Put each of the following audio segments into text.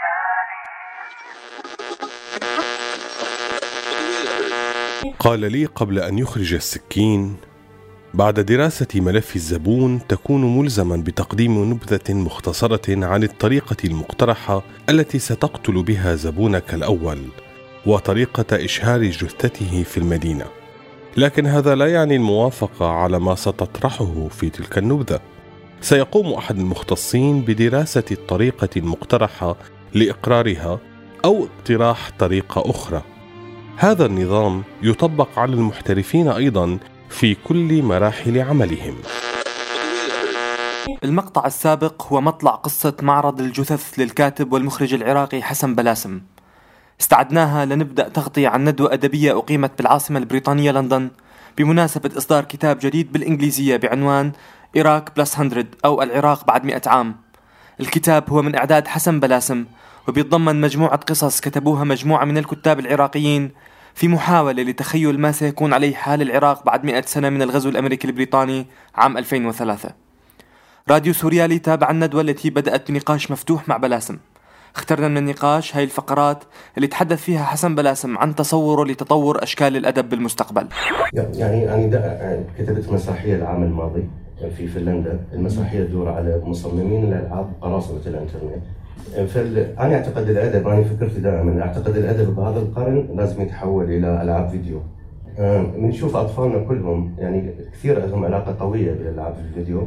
قال لي قبل أن يخرج السكين: بعد دراسة ملف الزبون تكون ملزما بتقديم نبذة مختصرة عن الطريقة المقترحة التي ستقتل بها زبونك الأول وطريقة إشهار جثته في المدينة، لكن هذا لا يعني الموافقة على ما ستطرحه في تلك النبذة. سيقوم أحد المختصين بدراسة الطريقة المقترحة لإقرارها أو اقتراح طريقة أخرى. هذا النظام يطبق على المحترفين أيضا في كل مراحل عملهم. المقطع السابق هو مطلع قصة معرض الجثث للكاتب والمخرج العراقي حسن بلاسم. استعدناها لنبدأ تغطية عن ندوة أدبية أقيمت بالعاصمة البريطانية لندن بمناسبة إصدار كتاب جديد بالإنجليزية بعنوان إيراك بلس 100 أو العراق بعد 100 عام. الكتاب هو من إعداد حسن بلاسم وبيتضمن مجموعة قصص كتبوها مجموعة من الكتاب العراقيين في محاولة لتخيل ما سيكون عليه حال العراق بعد 100 سنة من الغزو الأمريكي البريطاني عام 2003. راديو سوريالي تابع الندوة التي بدأت بنقاش مفتوح مع بلاسم. اخترنا من النقاش هاي الفقرات اللي تحدث فيها حسن بلاسم عن تصوره لتطور أشكال الأدب بالمستقبل. يعني كتبت مسرحية العام الماضي في فنلندا. المسرحية تدور على مصممين الألعاب قراصنة الإنترنت. أنا أعتقد الأدب، أنا فكرت دائما أعتقد الأدب بهذا القرن لازم يتحول إلى ألعاب فيديو. بنشوف أطفالنا كلهم يعني كثير لهم علاقة قوية بالألعاب الفيديو.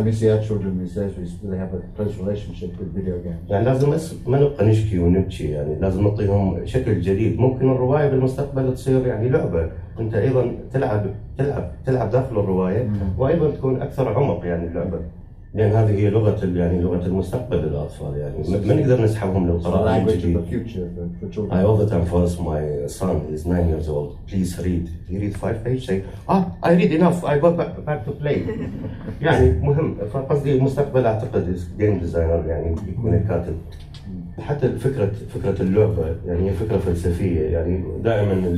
يعني لازم ما نبقى نشكي ونبكي، يعني لازم نعطيهم شكل جديد. ممكن الرواية بالمستقبل تصير يعني لعبة، أنت أيضا تلعب داخل الرواية، وأيضا تكون أكثر عمق يعني اللعبة، لأن هذه هي لغة المستقبل للأطفال. يعني ما نقدر نسحبهم للقراءة من جديد. I all the time force my son, he's 9 years old, please read. He reads 5 pages, say, I read enough, I go back to play. يعني مهم. فقصدي المستقبل أعتقد game designer يعني يكون الكاتب. حتى فكرة اللعبة يعني هي فكرة فلسفية. يعني دائما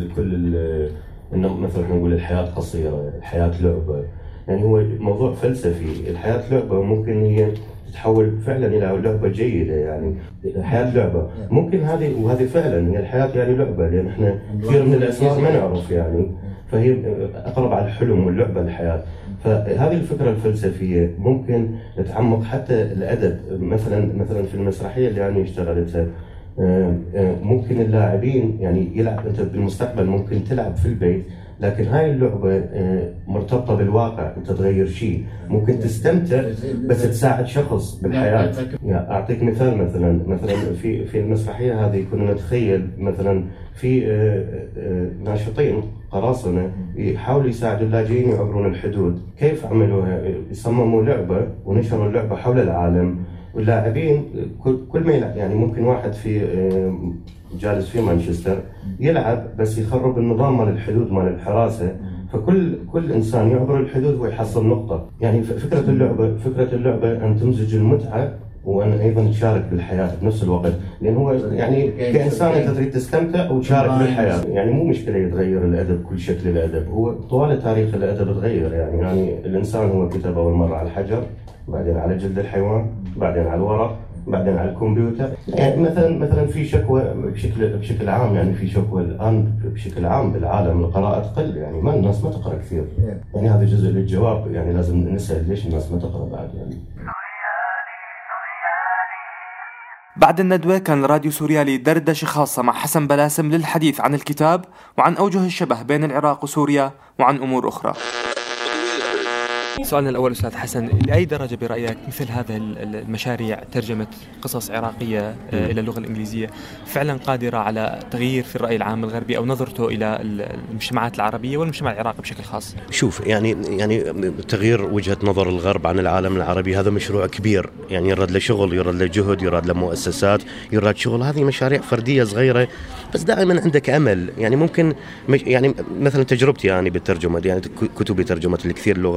إنه مثلا نقول الحياة قصيرة، الحياة لعبة. يعني هو موضوع فلسفي. الحياة لعبة، ممكن هي تتحول فعلا إلى لعبة جيدة. يعني الحياة لعبة ممكن وهذه فعلا هي الحياة يعني لعبة، لأن إحنا كثير من الأشياء ما نعرف يعني، فهي أقرب على الحلم واللعبة الحياة. فهذه الفكرة الفلسفية ممكن نتعمق حتى الأدب. مثلا في المسرحية اللي أنا اشتغلتها، ممكن اللاعبين يعني يلعب. أنت بالمستقبل ممكن تلعب في البيت، لكن هاي اللعبة مرتبطة بالواقع. أنت تغير شيء، ممكن تستمتع بس تساعد شخص بالحياة. يعني أعطيك مثال، مثلا في المسرحية هذه كنا نتخيل مثلا في ناشطين قراصنة يحاولوا يساعدوا اللاجئين يعبرون الحدود. كيف عملوها؟ يصمموا لعبة ونشروا اللعبة حول العالم، واللاعبين كل ما يلعب يعني ممكن واحد في جالس في مانشستر يلعب بس يخرب النظام مال الحدود مال الحراسة، فكل إنسان يعبر الحدود ويحصل نقطة. يعني فكرة اللعبة أن تمزج المتعة وأن أيضا تشارك بالحياة بنفس الوقت، لأن هو يعني كإنسان أنت تريد تستمتع وتشارك بالحياة. يعني مو مشكلة يتغير الأدب، كل شكل الأدب هو طوال تاريخ الأدب تغير. يعني الإنسان هو كتب أول مرة على الحجر، بعدين على جلد الحيوان، بعدين على الورق، بعدين على الكمبيوتر. يعني مثلا في شكوى بشكل عام، يعني في شكوى الآن بشكل عام بالعالم القراءة تقل. يعني ما الناس ما تقرأ كثير. يعني هذا جزء للجواب. يعني لازم نسأل ليش الناس ما تقرأ بعد. يعني بعد الندوة كان راديو سوريالي دردشة خاصة مع حسن بلاسم للحديث عن الكتاب وعن أوجه الشبه بين العراق وسوريا وعن أمور أخرى. سؤالنا الأول أستاذ حسن، لأي درجة برأيك مثل هذه المشاريع ترجمة قصص عراقية إلى اللغة الإنجليزية فعلا قادرة على تغيير في الرأي العام الغربي أو نظرته إلى المجتمعات العربية والمجتمع العراقي بشكل خاص؟ شوف، يعني تغيير وجهة نظر الغرب عن العالم العربي هذا مشروع كبير. يعني يراد له شغل، يراد له جهد، يراد له مؤسسات، يراد شغل. هذه مشاريع فردية صغيرة بس دائما عندك أمل. يعني ممكن يعني مثلا تجربتي يعني بالترجمة، يعني كتبي ترجمت لكثير لغات،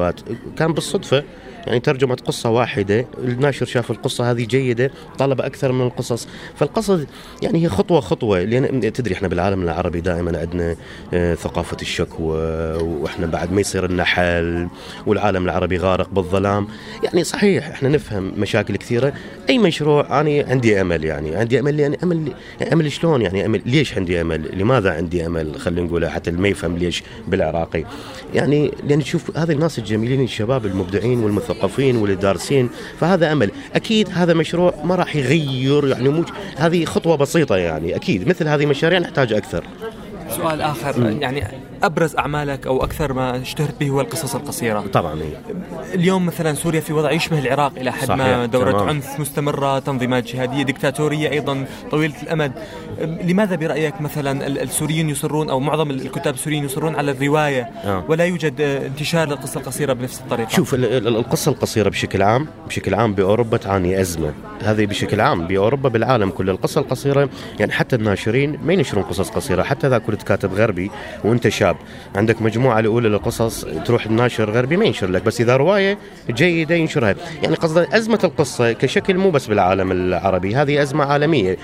كان بالصدفة يعني ترجمة قصة واحدة، الناشر شاف القصة هذه جيدة طلب أكثر من القصص. فالقصة يعني هي خطوة خطوة، لأن تدري إحنا بالعالم العربي دائما عندنا ثقافة الشكوى، وإحنا بعد ما يصير لنا حل والعالم العربي غارق بالظلام. يعني صحيح إحنا نفهم مشاكل كثيرة. أي مشروع أنا عندي أمل، يعني عندي أمل، يعني أمل شلون؟ يعني أمل ليش عندي أمل؟ لماذا عندي أمل؟ خلينا نقولها حتى اللي ما يفهم ليش بالعراقي. يعني لأن نشوف هذا الناس الجميلين الشباب المبدعين والمثقفين والدارسين، فهذا أمل. أكيد هذا مشروع ما راح يغير، يعني هذه خطوة بسيطة، يعني أكيد مثل هذه مشاريع نحتاج أكثر. سؤال آخر، يعني أبرز أعمالك أو أكثر ما اشتهرت به هو القصص القصيرة. طبعا اليوم مثلا سوريا في وضع يشبه العراق إلى حد ما، دورة تمام. عنف مستمرة، تنظيمات جهادية، ديكتاتورية أيضا طويلة الأمد. لماذا برأيك مثلا السوريين يصرون أو معظم الكتاب السوريين يصرون على الرواية ولا يوجد انتشار للقصة القصيرة بنفس الطريقة؟ شوف القصة القصيرة بشكل عام بأوروبا تعاني أزمة، هذه بشكل عام بأوروبا بالعالم كل القصة القصيرة، يعني حتى الناشرين ما ينشرون قصص قصيرة. حتى إذا كنت كاتب غربي وأنت شاب عندك مجموعة الأولى للقصص، تروح الناشر غربي ما ينشر لك، بس إذا رواية جيدة ينشرها. يعني قصد أزمة القصة كشكل مو بس بالعالم العربي، هذه أزمة عالمية،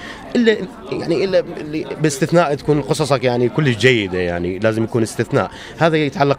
إلا باستثناء تكون قصصك يعني كلش جيدة، يعني لازم يكون استثناء. هذا يتعلق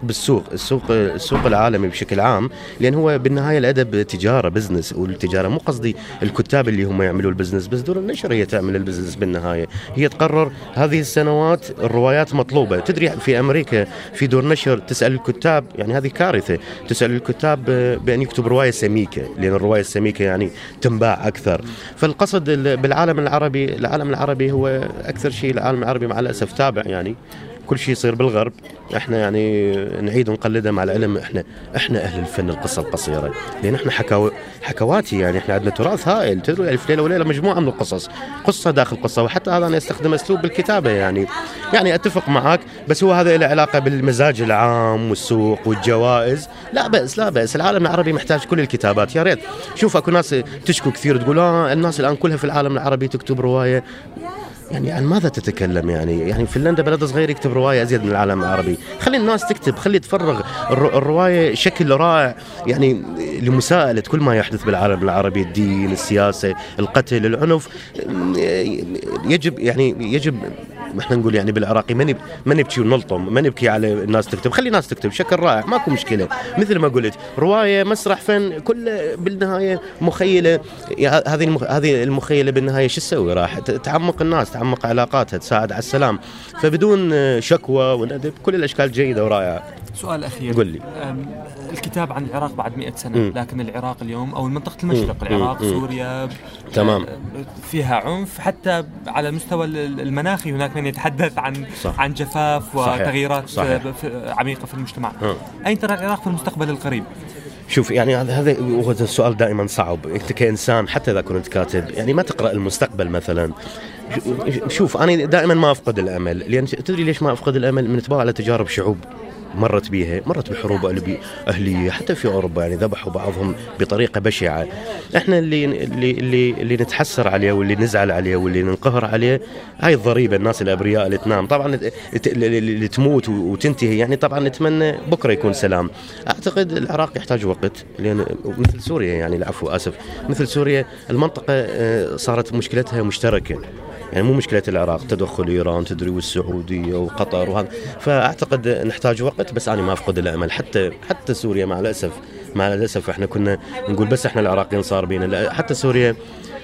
السوق العالمي بشكل عام، لأن هو بالنهاية الأدب تجارة بزنس، والتجارة مو قصدي الكتاب اللي هم يعملوا البزنس، بس دور النشر هي تعمل البزنس بالنهاية. هي تقرر هذه السنوات الروايات مطلوبة. تدري في أمريكا في دور نشر تسأل الكتاب، يعني هذه كارثة، تسأل الكتاب بأن يكتب رواية سميكة، لأن الرواية السميكة يعني تنباع أكثر. فالقصد بالعالم العربي هو أكثر شيء العالم العربي مع الأسف تابع، يعني كل شيء يصير بالغرب احنا يعني نعيد ونقلده. مع العلم احنا اهل الفن القصه القصيره، لان احنا حكواتي، يعني احنا عندنا تراث هائل. تدري الف ليله وليله مجموعه من القصص، قصه داخل قصه. وحتى هذا انا استخدم اسلوب بالكتابه، يعني اتفق معك، بس هو هذا له علاقه بالمزاج العام والسوق والجوائز. لا بأس العالم العربي محتاج كل الكتابات. يا ريت شوف اكو ناس تشكو كثير تقول الناس الان كلها في العالم العربي تكتب روايه. يعني عن ماذا تتكلم؟ يعني فنلندا بلد صغير يكتب رواية أزيد من العالم العربي. خلي الناس تكتب، خلي تفرغ الرواية شكل رائع، يعني لمساءلة كل ما يحدث بالعالم العربي، الدين، السياسة، القتل، العنف. يجب احنا نقول يعني بالعراقي ما نبكي ونلطم، ما نبكي على الناس تكتب. خلي الناس تكتب شكل رائع، ماكو مشكلة. مثل ما قلت رواية، مسرح، فن، كل بالنهاية مخيلة. هذه المخيلة بالنهاية شو تسوي؟ راح تعمق الناس، تعمق علاقاتها، تساعد على السلام. فبدون شكوى وندب كل الأشكال جيدة ورائعة. سؤال أخير، قل لي. الكتاب عن العراق بعد 100 سنة، لكن العراق اليوم أو منطقة المشرق، العراق، سوريا، تمام، فيها عنف. حتى على المستوى المناخي هناك من يتحدث عن جفاف وتغييرات عميقة في المجتمع. أين ترى العراق في المستقبل القريب؟ شوف يعني هذا هو السؤال دائما صعب. انت كإنسان حتى إذا كنت كاتب يعني ما تقرأ المستقبل مثلا. شوف أنا دائما ما أفقد الأمل، لأن تدري ليش ما أفقد الأمل؟ من نتبع على تجارب شعوب مرت بحروب أهلية حتى في أوروبا، يعني ذبحوا بعضهم بطريقة بشعة. إحنا اللي نتحسر عليه واللي نزعل عليه واللي ننقهر عليه هاي الضريبة، الناس الأبرياء اللي تنام طبعا اللي تموت وتنتهي. يعني طبعا نتمنى بكرة يكون سلام. أعتقد العراق يحتاج وقت، لأن مثل سوريا، يعني العفو آسف، مثل سوريا المنطقة صارت مشكلتها مشتركة، يعني مو مشكلة العراق، تدخل إيران تدري والسعودية وقطر وهذا. فأعتقد نحتاج وقت، بس أنا ما أفقد الأمل. حتى سوريا مع الأسف إحنا كنا نقول بس إحنا العراقيين صار بينا، حتى سوريا.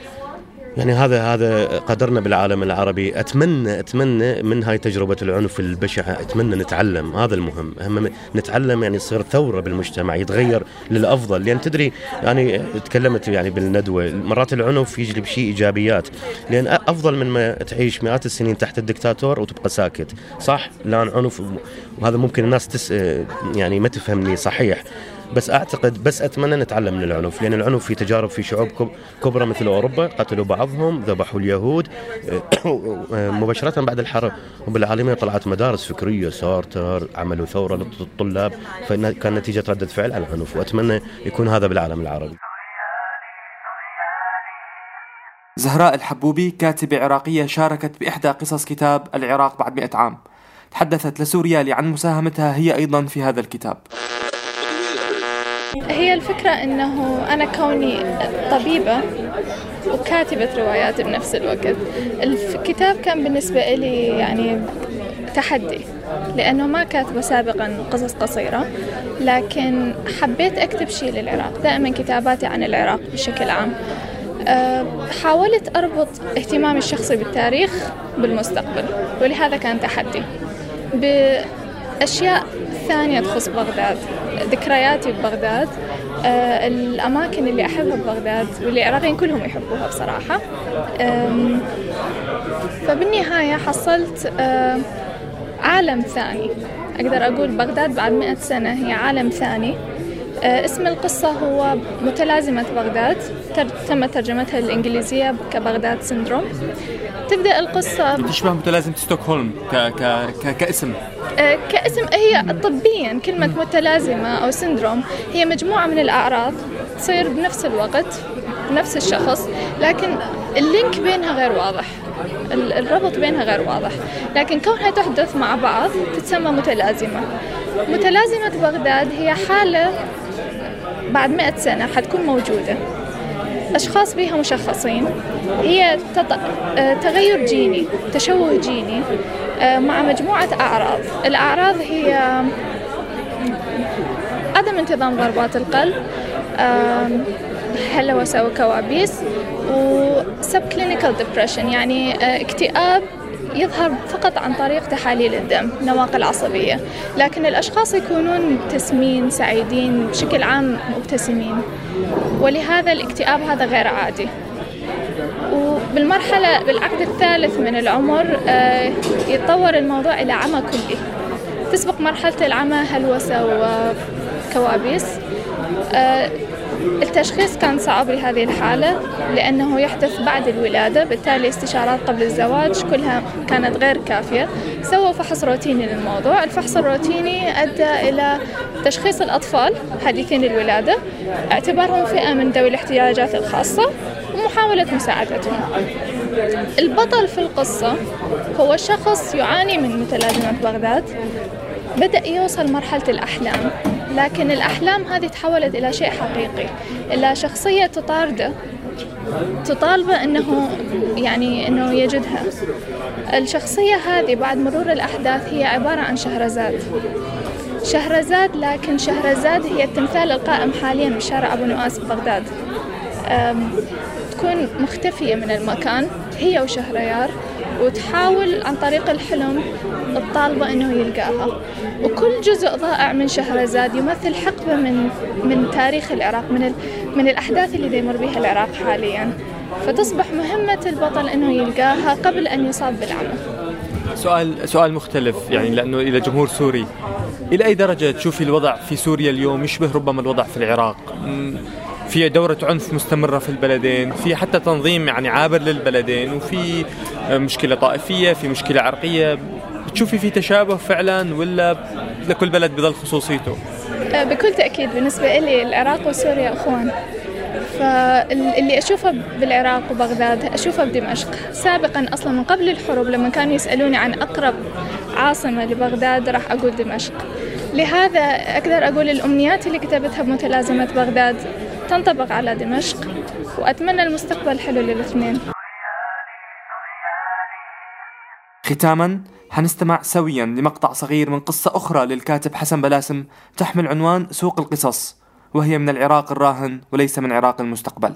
يعني هذا قدرنا بالعالم العربي. أتمنى من هاي تجربة العنف البشعة أتمنى نتعلم، هذا المهم. نتعلم، يعني يصير ثورة بالمجتمع، يتغير للأفضل. لأن تدري يعني تكلمت يعني بالندوة، مرات العنف يجلب شيء إيجابيات، لأن أفضل من ما تعيش مئات السنين تحت الدكتاتور وتبقى ساكت. صح لان عنف، وهذا ممكن الناس يعني ما تفهمني صحيح، بس أعتقد أتمنى نتعلم من العنف، لأن العنف في تجارب في شعوب كبرى مثل أوروبا قتلوا بعضهم، ذبحوا اليهود مباشرة بعد الحرب العالمية. طلعت مدارس فكرية، سارتر، عملوا ثورة للطلاب، فكان نتيجة ردة فعل على العنف. وأتمنى يكون هذا بالعالم العربي. زهراء الحبوبي كاتبة عراقية شاركت بإحدى قصص كتاب العراق بعد 100 عام، تحدثت لسوريالي عن مساهمتها هي أيضا في هذا الكتاب. هي الفكرة أنه أنا كوني طبيبة وكاتبة روايات بنفس الوقت، الكتاب كان بالنسبة لي يعني تحدي، لأنه ما كاتبة سابقا قصص قصيرة، لكن حبيت أكتب شيء للعراق. دائما كتاباتي عن العراق بشكل عام. حاولت أربط اهتمامي الشخصي بالتاريخ بالمستقبل، ولهذا كان تحدي بأشياء ثانية تخص بغداد، ذكرياتي ببغداد، الأماكن اللي أحبها ببغداد واللي العراقيين كلهم يحبوها بصراحة. فبالنهاية حصلت عالم ثاني، أقدر أقول بغداد بعد 100 سنة هي عالم ثاني. اسم القصة هو متلازمة بغداد، تم ترجمتها للإنجليزية كبغداد سيندروم. تبدأ القصة تشبه متلازمة ستوكهولم كاسم. كاسم هي طبيا كلمة متلازمة أو سيندروم هي مجموعة من الأعراض تصير بنفس الوقت بنفس الشخص، لكن اللينك بينها غير واضح، الربط بينها غير واضح، لكن كونها تحدث مع بعض تتسمى متلازمة. متلازمة بغداد هي حالة بعد 100 سنة حتكون موجودة، أشخاص بها مشخصين، هي تغير جيني، تشوه جيني مع مجموعة أعراض. الأعراض هي عدم انتظام ضربات القلب، هلوسة وكوابيس، وسب كلينيكال ديبريشن يعني اكتئاب يظهر فقط عن طريق تحاليل الدم، نواقل عصبية، لكن الأشخاص يكونون مبتسمين سعيدين بشكل عام مبتسمين، ولهذا الاكتئاب هذا غير عادي. وبالمرحلة بالعقد الثالث من العمر يتطور الموضوع إلى عمى كلي. تسبق مرحلة العمى هلوسة وكوابيس. التشخيص كان صعب لهذه الحالة لأنه يحدث بعد الولادة، بالتالي استشارات قبل الزواج كلها كانت غير كافية. سووا فحص روتيني للموضوع، الفحص الروتيني أدى إلى تشخيص الأطفال حديثين الولادة، اعتبارهم فئة من ذوي الاحتياجات الخاصة ومحاولة مساعدتهم. البطل في القصة هو شخص يعاني من متلازمة بغداد، بدأ يوصل مرحلة الأحلام، لكن الأحلام هذه تحولت إلى شيء حقيقي، إلى شخصية تطالبه أنه يجدها. الشخصية هذه بعد مرور الأحداث هي عبارة عن شهرزاد، لكن شهرزاد هي التمثال القائم حاليا بشارع أبو نواس ببغداد. تكون مختفية من المكان هي وشهريار، وتحاول عن طريق الحلم الطالبة أنه يلقاها. وكل جزء ضائع من شهرزاد يمثل حقبة من تاريخ العراق، من الأحداث اللي يمر بها العراق حاليا، فتصبح مهمة البطل أنه يلقاها قبل أن يصاب بالعمى. سؤال مختلف يعني، لأنه إلى جمهور سوري، إلى أي درجة تشوفي الوضع في سوريا اليوم يشبه ربما الوضع في العراق؟ في دورة عنف مستمرة في البلدين، في حتى تنظيم يعني عابر للبلدين، وفي مشكلة طائفية، في مشكلة عرقية. بتشوفي في تشابه فعلا ولا لكل بلد بظل خصوصيته؟ بكل تأكيد بالنسبة لي العراق وسوريا أخوان، فاللي أشوفه بالعراق وبغداد أشوفه بدمشق. سابقا أصلا من قبل الحروب لما كانوا يسألوني عن أقرب عاصمة لبغداد راح أقول دمشق. لهذا أقدر أقول الأمنيات اللي كتبتها بمتلازمة بغداد تنطبق على دمشق، وأتمنى المستقبل حلو للاثنين. ختاما حنستمع سويا لمقطع صغير من قصة أخرى للكاتب حسن بلاسم تحمل عنوان سوق القصص، وهي من العراق الراهن وليس من عراق المستقبل.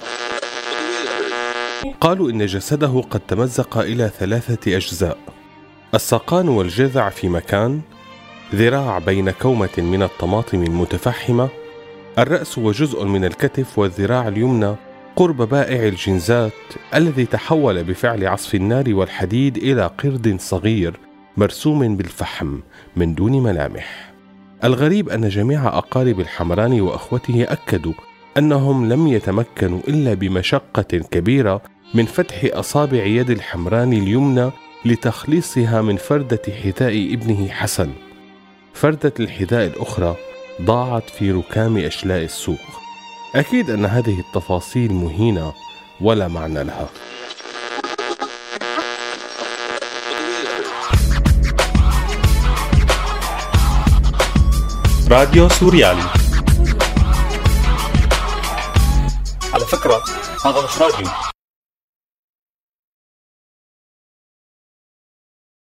قالوا إن جسده قد تمزق إلى 3 أجزاء، الساقان والجذع في مكان، ذراع بين كومة من الطماطم المتفحمة، الرأس وجزء من الكتف والذراع اليمنى قرب بائع الجنزات الذي تحول بفعل عصف النار والحديد إلى قرد صغير مرسوم بالفحم من دون ملامح. الغريب أن جميع أقارب الحمراني وأخوته أكدوا أنهم لم يتمكنوا إلا بمشقة كبيرة من فتح أصابع يد الحمراني اليمنى لتخليصها من فردة حذاء ابنه حسن. فردة الحذاء الأخرى ضاعت في ركام أشلاء السوق. أكيد أن هذه التفاصيل مهينة ولا معنى لها. راديو سوريالي. فكرة هذا مش راجل،